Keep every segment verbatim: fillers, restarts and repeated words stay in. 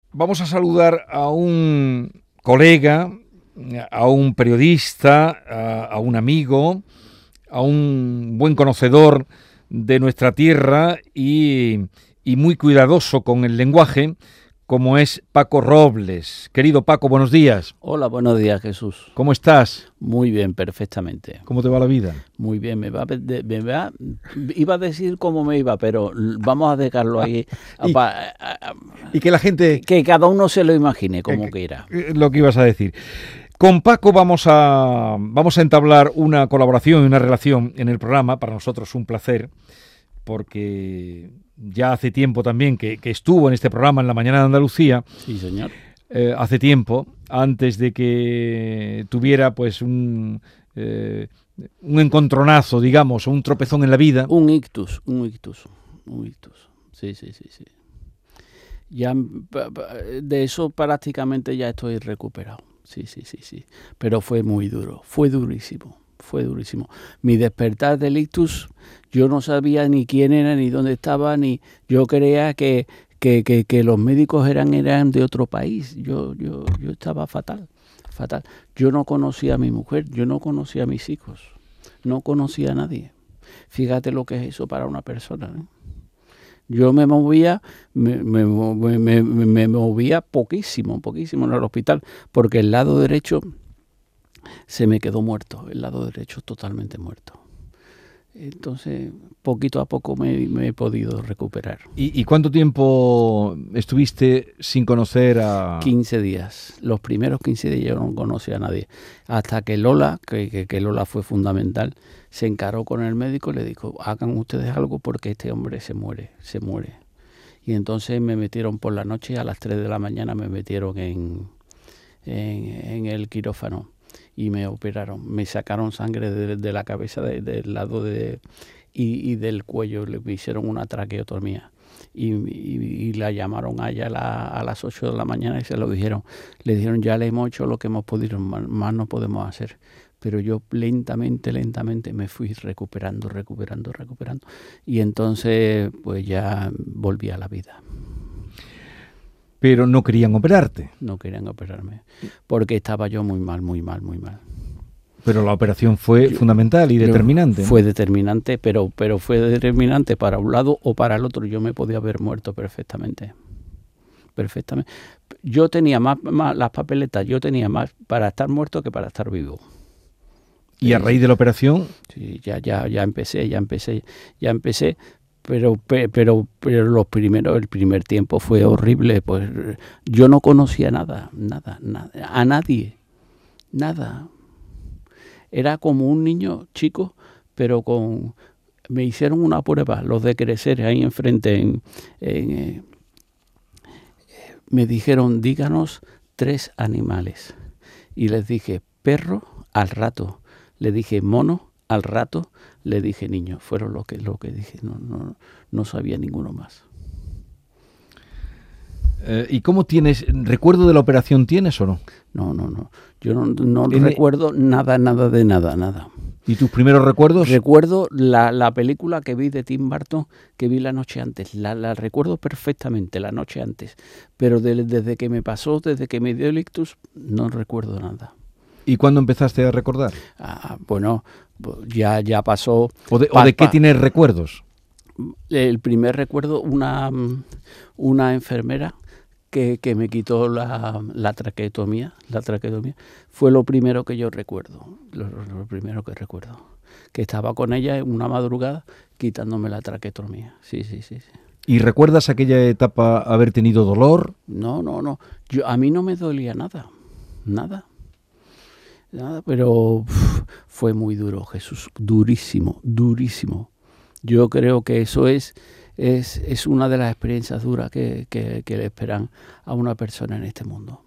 vamos a saludar a un colega, a un periodista, a, a un amigo, a un buen conocedor de nuestra tierra y, y muy cuidadoso con el lenguaje, como es Paco Robles. Querido Paco, buenos días. Hola, buenos días, Jesús. ¿Cómo estás? Muy bien, perfectamente. ¿Cómo te va la vida? Muy bien, me va, me va iba a decir cómo me iba, pero vamos a dejarlo ahí. y, pa, y que la gente... Que cada uno se lo imagine como que, quiera. Lo que ibas a decir. Con Paco vamos a, vamos a entablar una colaboración y una relación en el programa, para nosotros un placer, porque ya hace tiempo también que, que estuvo en este programa en La Mañana de Andalucía. Sí, señor. Eh, hace tiempo, antes de que tuviera pues un, eh, un encontronazo, digamos, o un tropezón en la vida. Un ictus, un ictus, un ictus. Sí, sí, sí, sí. Ya de eso prácticamente ya estoy recuperado. Sí, sí, sí, sí. Pero fue muy duro, fue durísimo, fue durísimo. Mi despertar del ictus, yo no sabía ni quién era, ni dónde estaba, ni yo creía que, que, que, que los médicos eran, eran de otro país. Yo, yo, yo estaba fatal, fatal. Yo no conocía a mi mujer, yo no conocía a mis hijos, no conocía a nadie. Fíjate lo que es eso para una persona, ¿no? Yo me movía, me, me, me, me movía poquísimo, poquísimo en el hospital, porque el lado derecho se me quedó muerto, el lado derecho totalmente muerto. Entonces, poquito a poco me, me he podido recuperar. ¿Y, ¿Y cuánto tiempo estuviste sin conocer a...? quince días. Los primeros quince días yo no conocía a nadie. Hasta que Lola, que, que, que Lola fue fundamental, se encaró con el médico y le dijo, hagan ustedes algo porque este hombre se muere, se muere. Y entonces me metieron por la noche, a las tres de la mañana me metieron en, en, en el quirófano. Y me operaron, me sacaron sangre de, de la cabeza, de, del lado de y, y del cuello, le hicieron una traqueotomía y, y, y la llamaron a ella a, la, a las ocho de la mañana y se lo dijeron, le dijeron ya le hemos hecho lo que hemos podido, más, más no podemos hacer, pero yo lentamente, lentamente me fui recuperando, recuperando, recuperando y entonces pues ya volví a la vida. Pero no querían operarte. No querían operarme, porque estaba yo muy mal, muy mal, muy mal. Pero la operación fue yo, fundamental y determinante. Fue ¿no? determinante, pero, pero fue determinante para un lado o para el otro. Yo me podía haber muerto perfectamente. Perfectamente. Yo tenía más, más las papeletas, yo tenía más para estar muerto que para estar vivo. ¿Y a raíz de la operación? Sí, ya, ya, ya empecé, ya empecé, ya empecé. Pero, pero, pero los primeros, el primer tiempo fue horrible, pues yo no conocía nada, nada, nada, a nadie, nada. Era como un niño chico, pero con, me hicieron una prueba, los de crecer ahí enfrente, en, en, eh, me dijeron, díganos tres animales, y les dije perro al rato, le dije mono al rato, le dije niño, fueron lo que lo que dije, no no no sabía ninguno más. Eh, ¿Y cómo tienes, recuerdo de la operación tienes o no? No, no, no, yo no, no recuerdo nada, nada de nada, nada. ¿Y tus primeros recuerdos? Recuerdo la, la película que vi de Tim Burton, que vi la noche antes, la, la recuerdo perfectamente, la noche antes, pero de, desde que me pasó, desde que me dio el ictus, no recuerdo nada. ¿Y cuándo empezaste a recordar? Ah, bueno, ya, ya pasó. ¿O de, pa, ¿o de qué pa, tienes recuerdos? El primer recuerdo, una, una enfermera que, que me quitó la, la traqueotomía, la traqueotomía, fue lo primero que yo recuerdo, lo, lo primero que recuerdo, que estaba con ella en una madrugada quitándome la traqueotomía, sí, sí, sí, sí. ¿Y recuerdas aquella etapa haber tenido dolor? No, no, no, yo, a mí no me dolía nada, nada. Nada, pero uf, fue muy duro, Jesús, durísimo, durísimo. Yo creo que eso es, es, es una de las experiencias duras que, que, que le esperan a una persona en este mundo.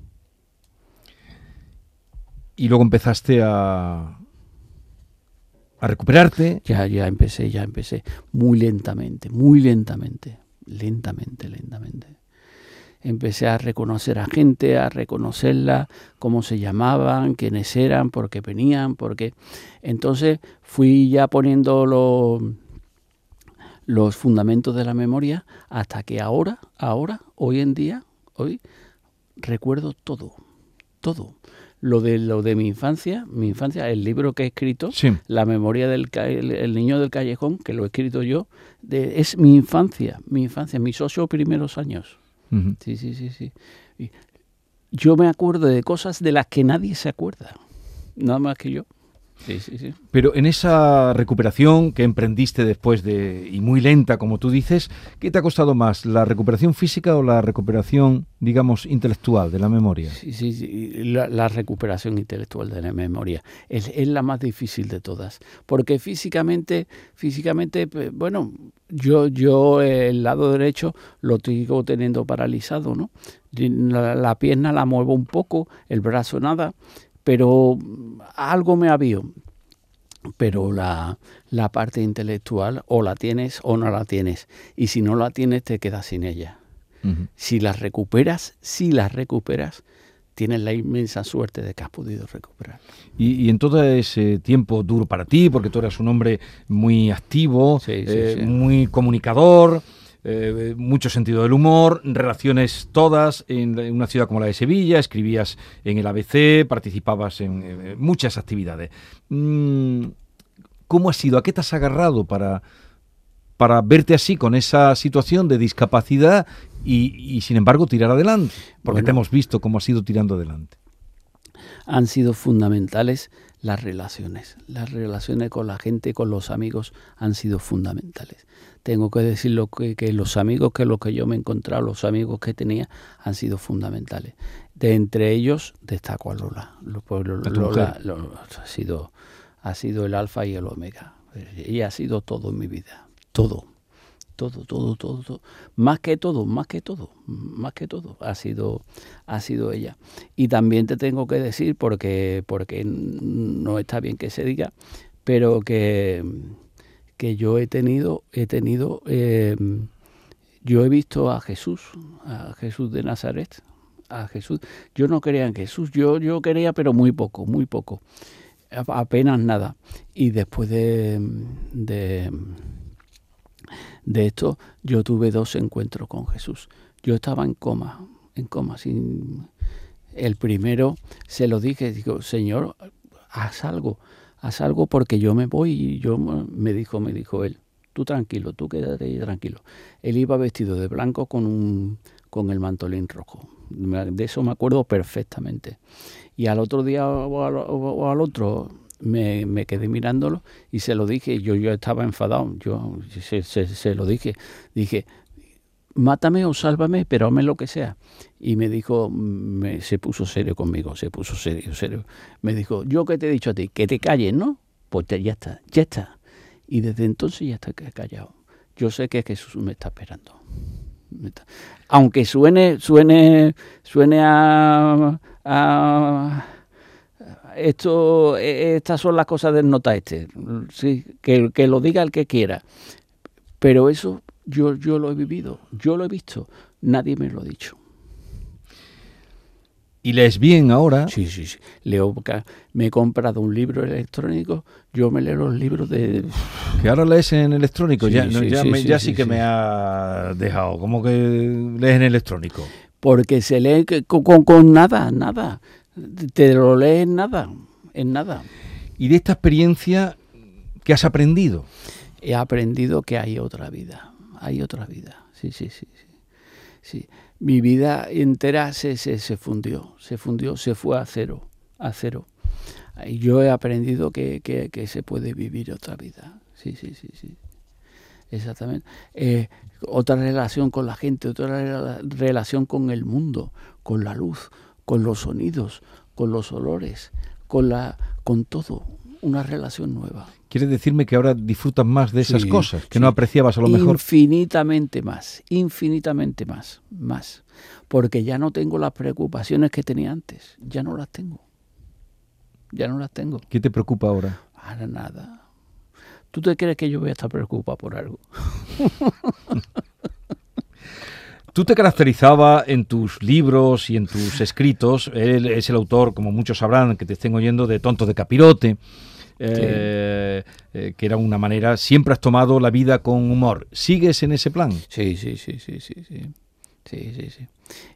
Y luego empezaste a, a recuperarte. Ya, ya empecé, ya empecé, muy lentamente, muy lentamente, lentamente, lentamente. Empecé a reconocer a gente, a reconocerla, cómo se llamaban, quiénes eran, por qué venían, por qué. Entonces fui ya poniendo los, los fundamentos de la memoria hasta que ahora, ahora, hoy en día, hoy recuerdo todo, todo. Lo de lo de mi infancia, mi infancia, el libro que he escrito, sí. La memoria del el, el niño del callejón, que lo he escrito yo, de, es mi infancia, mi infancia, mis ocho primeros años. Uh-huh. Sí, sí, sí, sí. Y yo me acuerdo de cosas de las que nadie se acuerda, nada más que yo. Sí, sí, sí. Pero en esa recuperación que emprendiste después de, y muy lenta, como tú dices, ¿qué te ha costado más, la recuperación física o la recuperación, digamos, intelectual de la memoria? Sí, sí, sí. La, la recuperación intelectual de la memoria es, es la más difícil de todas, porque físicamente, físicamente, bueno, yo, yo el lado derecho lo sigo teniendo paralizado, ¿no? La, la pierna la muevo un poco, el brazo nada, pero algo me avío. Pero la, la parte intelectual o la tienes o no la tienes. Y si no la tienes, te quedas sin ella. Uh-huh. Si la recuperas, si la recuperas, tienes la inmensa suerte de que has podido recuperar. Y, y en todo ese tiempo duro para ti, porque tú eras un hombre muy activo, sí, sí, eh, sí. muy comunicador, Eh, mucho sentido del humor, relaciones todas en una ciudad como la de Sevilla, escribías en el A B C, participabas en eh, muchas actividades. ¿Cómo has sido? ¿A qué te has agarrado para, para verte así, con esa situación de discapacidad y, y sin embargo tirar adelante? Porque bueno, te hemos visto cómo has ido tirando adelante. Han sido fundamentales las relaciones. Las relaciones con la gente, con los amigos, han sido fundamentales. Tengo que decirlo que, que los amigos que los que yo me he encontrado, los amigos que tenía, han sido fundamentales. De entre ellos destaco a Lola. Lola, Lola, Lola ha sido, ha sido el alfa y el omega. Ella ha sido todo en mi vida. Todo. Todo, todo, todo, todo. Más que todo, más que todo, más que todo. Ha sido, ha sido ella. Y también te tengo que decir, porque, porque no está bien que se diga, pero que, que yo he tenido, he tenido, eh, yo he visto a Jesús, a Jesús de Nazaret, a Jesús. Yo no creía en Jesús, yo, yo creía, pero muy poco, muy poco, apenas nada. Y después de, de De esto, yo tuve dos encuentros con Jesús. Yo estaba en coma, en coma. Sin... El primero se lo dije, digo, Señor, haz algo, haz algo porque yo me voy. Y yo me dijo, me dijo él, tú tranquilo, tú quédate ahí tranquilo. Él iba vestido de blanco con un, con el mantolín rojo. De eso me acuerdo perfectamente. Y al otro día o al, o al otro Me, me quedé mirándolo y se lo dije. Yo, yo estaba enfadado. Yo se, se, se lo dije. Dije, mátame o sálvame, pero hazme lo que sea. Y me dijo, me, se puso serio conmigo, se puso serio, serio. Me dijo, yo que te he dicho a ti, que te calles, ¿no? Pues te, ya está, ya está. Y desde entonces ya está callado. Yo sé que Jesús me está esperando. Me está... Aunque suene, suene, suene a... a Esto, estas son las cosas del nota este, sí, que, que lo diga el que quiera, pero eso yo, yo lo he vivido, yo lo he visto, nadie me lo ha dicho. ¿Y lees bien ahora? Sí, sí, sí. Leo, me he comprado un libro electrónico, yo me leo los libros de... ¿Que ahora lees en electrónico? Sí, ya sí, ya, sí, me, sí, ya sí, sí, sí que sí. me ha dejado. ¿Cómo que lees en electrónico? Porque se lee con, con, con nada, nada. Te lo lees en nada, en nada. ¿Y de esta experiencia qué has aprendido? He aprendido que hay otra vida, hay otra vida, sí, sí, sí, sí. sí. Mi vida entera se, se, se fundió, se fundió, se fue a cero, a cero. Y yo he aprendido que, que, que se puede vivir otra vida, sí, sí, sí, sí. Exactamente. Eh, otra relación con la gente, otra relación con el mundo, con la luz, con los sonidos, con los olores, con la, con todo, una relación nueva. ¿Quieres decirme que ahora disfrutas más de esas sí, cosas, que sí. no apreciabas a lo mejor? Infinitamente más, infinitamente más, más. Porque ya no tengo las preocupaciones que tenía antes, ya no las tengo. Ya no las tengo. ¿Qué te preocupa ahora? Ahora nada. ¿Tú te crees que yo voy a estar preocupado por algo? Tú te caracterizaba en tus libros y en tus escritos, él es el autor, como muchos sabrán, que te estén oyendo, de Tonto de Capirote, eh, sí. eh, que era una manera, siempre has tomado la vida con humor. ¿Sigues en ese plan? Sí, sí, sí, sí, sí, sí, sí, sí, sí.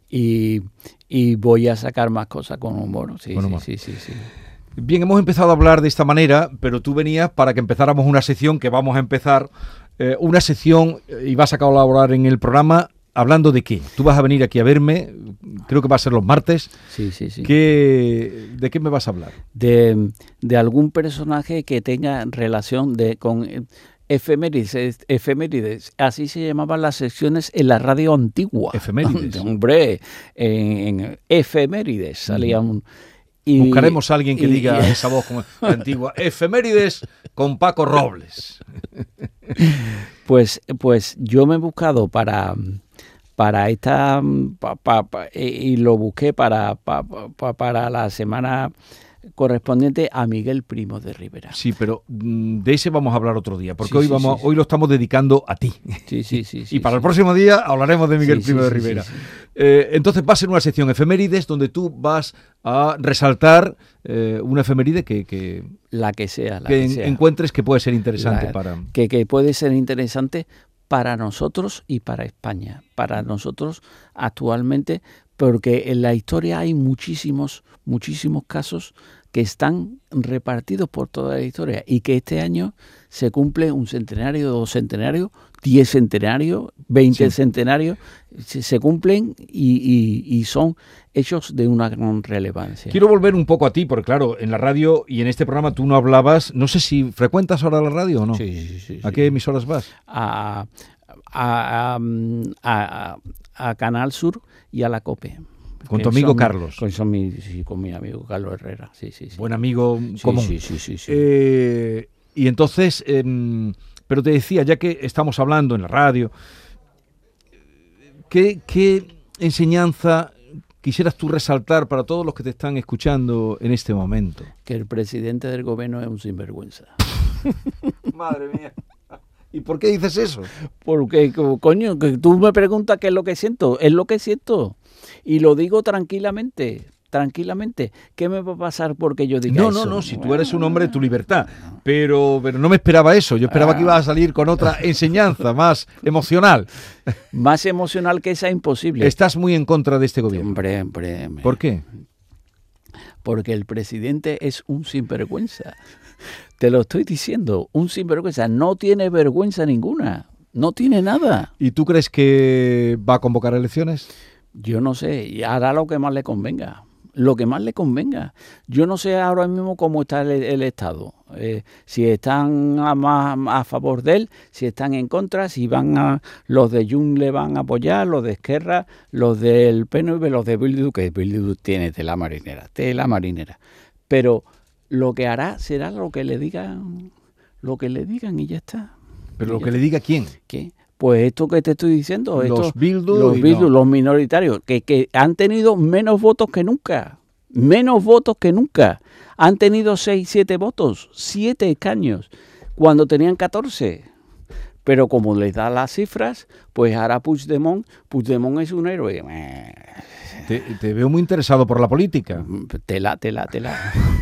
y, y voy a sacar más cosas con humor. Sí, con sí, humor. sí, sí, sí. Bien, hemos empezado a hablar de esta manera, pero tú venías para que empezáramos una sección que vamos a empezar, eh, una sección, y vas a colaborar en el programa, hablando de qué. Tú vas a venir aquí a verme, creo que va a ser los martes. Sí, sí, sí. ¿Qué, ¿De qué me vas a hablar? De, de algún personaje que tenga relación de con efemérides, efemérides, así se llamaban las secciones en la radio antigua. Efemérides. Hombre, en, en efemérides salía un... Y, buscaremos a alguien que y, diga y, esa voz como antigua. Efemérides con Paco Robles. Pues, pues yo me he buscado para, para esta pa, pa, pa, y lo busqué para, pa, pa, para la semana correspondiente a Miguel Primo de Rivera. Sí, pero de ese vamos a hablar otro día, porque sí, hoy sí, vamos, sí, sí. hoy lo estamos dedicando a ti. Sí, sí, sí. sí y para sí, el próximo sí. día hablaremos de Miguel sí, Primo sí, de sí, Rivera. Sí, sí. Eh, entonces va a ser una sección efemérides donde tú vas a resaltar eh, una efeméride que, que la que sea, la que, que en, sea. encuentres que puede ser interesante la, para que, que puede ser interesante para nosotros y para España, para nosotros actualmente, porque en la historia hay muchísimos, muchísimos casos que están repartidos por toda la historia y que este año se cumple un centenario, dos centenarios, diez centenarios, veinte sí. centenarios, se, se cumplen y, y, y son hechos de una gran relevancia. Quiero volver un poco a ti, porque claro, en la radio y en este programa tú no hablabas, no sé si frecuentas ahora la radio o no. Sí, sí, sí. ¿A sí. qué emisoras vas? A, a, a, a, a Canal Sur y a la COPE. Con tu amigo son, Carlos. Con, son mi, sí, con mi amigo Carlos Herrera. Sí, sí, sí. Buen amigo sí, común. Sí, sí, sí. sí. Eh, y entonces, eh, pero te decía, ya que estamos hablando en la radio, ¿qué, qué enseñanza quisieras tú resaltar para todos los que te están escuchando en este momento? Que el presidente del gobierno es un sinvergüenza. Madre mía. ¿Y por qué dices eso? Porque, coño, que tú me preguntas qué es lo que siento. Es lo que siento. Y lo digo tranquilamente, tranquilamente. ¿Qué me va a pasar porque yo diga no, eso? No, no, no, si tú eres un hombre de tu libertad. Pero, pero no me esperaba eso. Yo esperaba ah. que ibas a salir con otra enseñanza más emocional. Más emocional que esa, imposible. Estás muy en contra de este gobierno. Hombre, hombre, hombre. ¿Por qué? Porque el presidente es un sinvergüenza. Te lo estoy diciendo, un sinvergüenza. No tiene vergüenza ninguna. No tiene nada. ¿Y tú crees que va a convocar elecciones? Yo no sé, y hará lo que más le convenga, lo que más le convenga. Yo no sé ahora mismo cómo está el, el Estado, eh, si están a, más, a favor de él, si están en contra, si van a los de Junts le van a apoyar, los de Esquerra, los del P N V, los de Bildu, que Bildu tiene tela marinera, tela marinera. Pero lo que hará será lo que le digan, lo que le digan y ya está. ¿Pero lo que le diga quién? ¿Qué? Pues esto que te estoy diciendo, los estos, Bildu, los, Bildu no. los minoritarios, que, que han tenido menos votos que nunca, menos votos que nunca. Han tenido seis, siete votos, siete escaños, cuando tenían catorce. Pero como les da las cifras, pues ahora Puigdemont, Puigdemont es un héroe. Te, te veo muy interesado por la política. Tela, tela, tela.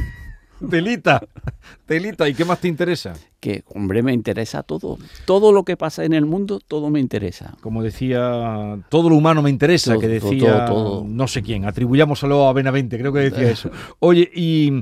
Telita, telita, ¿y qué más te interesa? Que, hombre, me interesa todo. Todo lo que pasa en el mundo, todo me interesa. Como decía, todo lo humano me interesa, todo, que decía, todo, todo. no sé quién, atribuyámoslo a Benavente, creo que decía eso. Oye, y,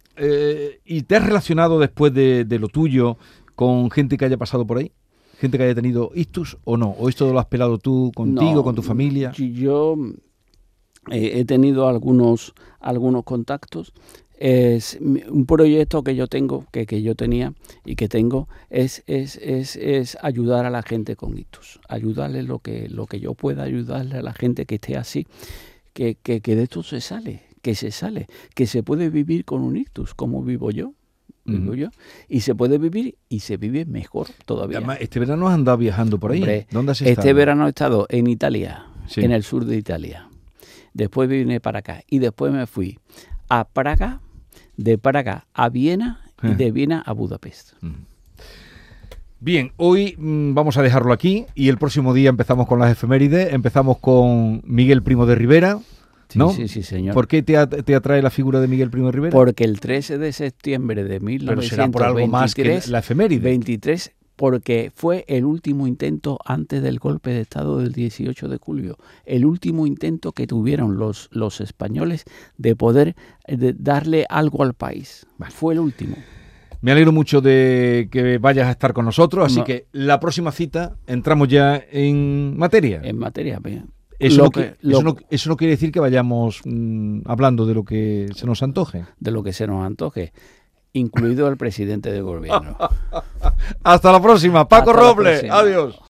eh, ¿y te has relacionado después de, de lo tuyo con gente que haya pasado por ahí? ¿Gente que haya tenido ictus o no? ¿O esto lo has pelado tú contigo, no, con tu familia? Yo eh, he tenido algunos, algunos contactos. Es un proyecto que yo tengo, que, que yo tenía y que tengo, es, es, es, es ayudar a la gente con ictus, ayudarle lo que, lo que yo pueda, ayudarle a la gente que esté así, que, que, que de esto se sale, que se sale, que se puede vivir con un ictus, como vivo yo, vivo uh-huh. yo, y se puede vivir y se vive mejor todavía. Además, este verano has andado viajando por ahí. Hombre, ¿dónde has este estado? verano he estado en Italia, sí. en el sur de Italia, después vine para acá y después me fui a Praga, de Praga a Viena y de Viena a Budapest. Bien, hoy mmm, vamos a dejarlo aquí y el próximo día empezamos con las efemérides. Empezamos con Miguel Primo de Rivera, ¿no? Sí, sí, sí, señor. ¿Por qué te, at- te atrae la figura de Miguel Primo de Rivera? Porque el trece de septiembre de mil novecientos veintitrés... Pero será por algo más que la efeméride. veintitrés porque fue el último intento antes del golpe de Estado del dieciocho de julio, el último intento que tuvieron los, los españoles de poder de darle algo al país. Vale. Fue el último. Me alegro mucho de que vayas a estar con nosotros, así no. que la próxima cita entramos ya en materia. En materia, bien. Eso, no, que, que, lo, eso, no, eso no quiere decir que vayamos mmm, hablando de lo que se nos antoje. De lo que se nos antoje, incluido el presidente del gobierno. Hasta la próxima, Paco Hasta Robles. La próxima. Adiós.